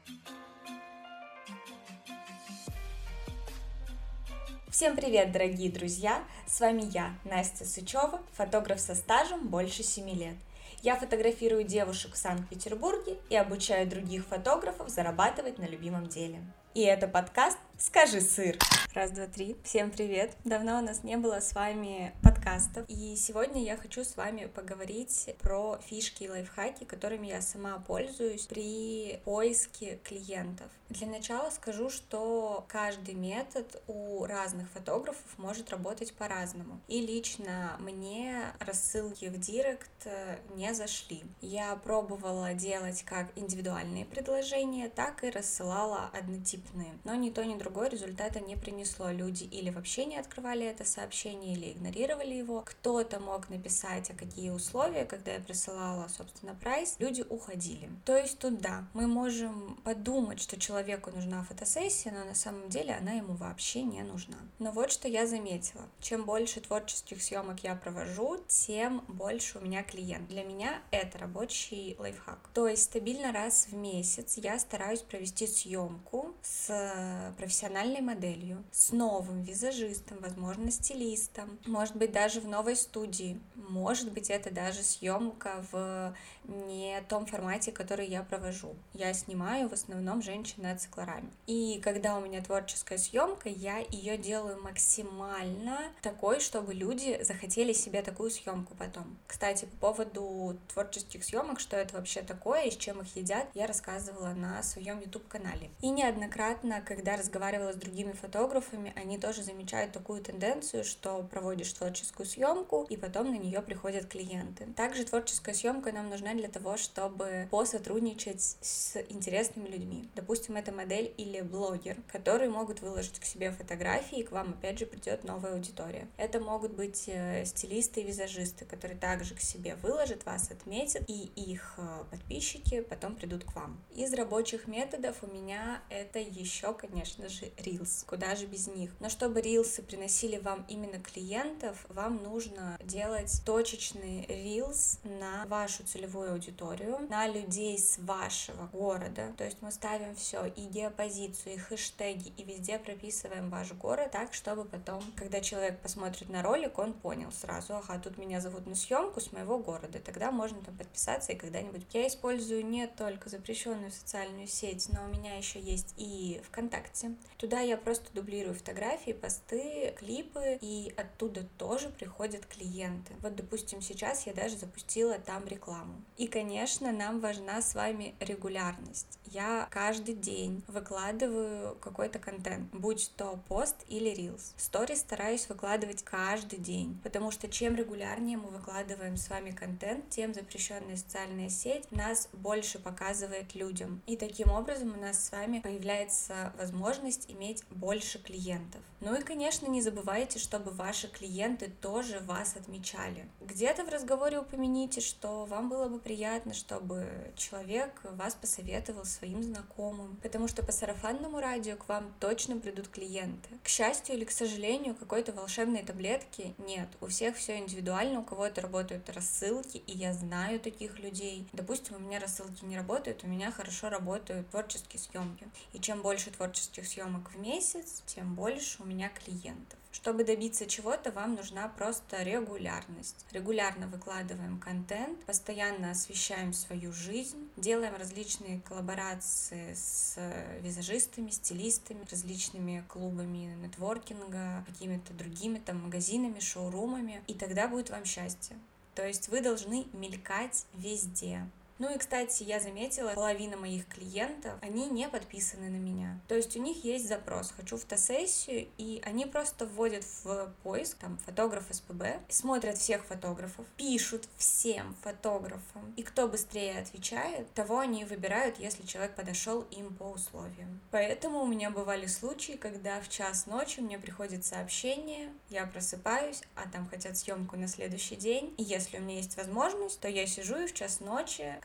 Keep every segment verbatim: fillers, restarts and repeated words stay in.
Всем привет, дорогие друзья! С вами я, Настя Сычева, фотограф со стажем больше семи лет. Я фотографирую девушек в Санкт-Петербурге и обучаю других фотографов зарабатывать на любимом деле. И это подкаст «Скажи, сыр». Раз, два, три. Всем привет! Давно у нас не было с вами подкастов. И сегодня я хочу с вами поговорить про фишки и лайфхаки, которыми я сама пользуюсь при поиске клиентов. Для начала скажу, что каждый метод у разных фотографов может работать по-разному. И лично мне рассылки в директ не зашли. Я пробовала делать как индивидуальные предложения, так и рассылала однотипные. Но ни то, ни другое результата не принесло. Люди или вообще не открывали это сообщение, или игнорировали его. Кто-то мог написать, а какие условия, когда я присылала, собственно, прайс, люди уходили. То есть тут да, мы можем подумать, что человеку нужна фотосессия, но на самом деле она ему вообще не нужна. Но вот что я заметила. Чем больше творческих съемок я провожу, тем больше у меня клиент. Для меня это рабочий лайфхак. То есть стабильно раз в месяц я стараюсь провести съемку с профессиональной моделью, с новым визажистом, возможно, стилистом, может быть, даже в новой студии, может быть, это даже съемка в не том формате, который я провожу. Я снимаю в основном женщин на циклораме. И когда у меня творческая съемка, я ее делаю максимально такой, чтобы люди захотели себе такую съемку потом. Кстати, по поводу творческих съемок, что это вообще такое и с чем их едят, я рассказывала на своем YouTube-канале. И неоднократно, когда разговаривала с другими фотографами, они тоже замечают такую тенденцию, что проводишь творческую съемку, и потом на нее приходят клиенты. Также творческая съемка нам нужна для того, чтобы посотрудничать с интересными людьми. Допустим, это модель или блогер, которые могут выложить к себе фотографии, и к вам опять же придет новая аудитория. Это могут быть стилисты и визажисты, которые также к себе выложат, вас отметят, и их подписчики потом придут к вам. Из рабочих методов у меня это еще, конечно же, Reels. Куда же без них? Но чтобы рилсы приносили вам именно клиентов, вам нужно делать точечный Reels на вашу целевую аудиторию, на людей с вашего города. То есть мы ставим все, и геопозицию, и хэштеги, и везде прописываем ваш город так, чтобы потом, когда человек посмотрит на ролик, он понял сразу: ага, тут меня зовут на съемку с моего города. Тогда можно там подписаться и когда-нибудь. Я использую не только запрещенную социальную сеть, но у меня еще есть и ВКонтакте. Туда я просто дублирую фотографии, посты, клипы, и оттуда тоже приходят клиенты. Вот, допустим, сейчас я даже запустила там рекламу. И, конечно, нам важна с вами регулярность. Я каждый день выкладываю какой-то контент, будь то пост или рилс. Сторис стараюсь выкладывать каждый день, потому что чем регулярнее мы выкладываем с вами контент, тем запрещенная социальная сеть нас больше показывает людям. И таким образом у нас с вами появляется возможность иметь больше клиентов. Ну и, конечно, не забывайте, чтобы ваши клиенты тоже вас отмечали. Где-то в разговоре упомяните, что вам было бы приятно, чтобы человек вас посоветовал своим знакомым, потому что по сарафанному радио к вам точно придут клиенты. К счастью или к сожалению, какой-то волшебной таблетки нет. У всех все индивидуально, у кого-то работают рассылки, и я знаю таких людей. Допустим, у меня рассылки не работают, у меня хорошо работают творческие съемки. И чем больше творческих съемок в месяц, тем больше у меня клиентов. Чтобы добиться чего-то, вам нужна просто регулярность. Регулярно выкладываем контент, постоянно освещаем свою жизнь, делаем различные коллаборации с визажистами, стилистами, различными клубами нетворкинга, какими-то другими там магазинами, шоурумами, и тогда будет вам счастье. То есть вы должны мелькать везде. Ну и, кстати, я заметила, половина моих клиентов, они не подписаны на меня. То есть у них есть запрос: хочу фотосессию, и они просто вводят в поиск там фотограф СПБ, смотрят всех фотографов, пишут всем фотографам, и кто быстрее отвечает, того они выбирают, если человек подошел им по условиям. Поэтому у меня бывали случаи, когда в час ночи мне приходит сообщение, я просыпаюсь, а там хотят съемку на следующий день, и если у меня есть возможность, то я сижу и в час ночи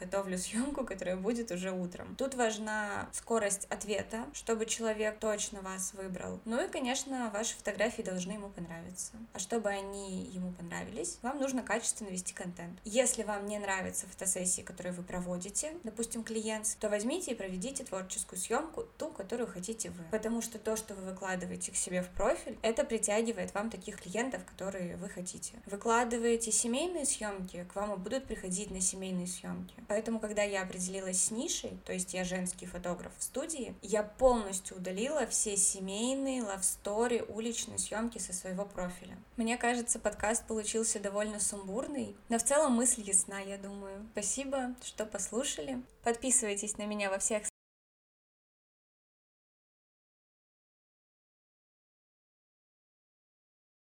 готовлю съемку, которая будет уже утром. Тут важна скорость ответа, чтобы человек точно вас выбрал. Ну и, конечно, ваши фотографии должны ему понравиться. А чтобы они ему понравились, вам нужно качественно вести контент. Если вам не нравятся фотосессии, которые вы проводите, допустим, клиент, то возьмите и проведите творческую съемку, ту, которую хотите вы. Потому что то, что вы выкладываете к себе в профиль, это притягивает вам таких клиентов, которые вы хотите. Выкладываете семейные съемки, к вам и будут приходить на семейные съемки. Поэтому, когда я определилась с нишей, то есть я женский фотограф в студии, я полностью удалила все семейные, лавстори, уличные съемки со своего профиля. Мне кажется, подкаст получился довольно сумбурный, но в целом мысль ясна, я думаю. Спасибо, что послушали. Подписывайтесь на меня во всех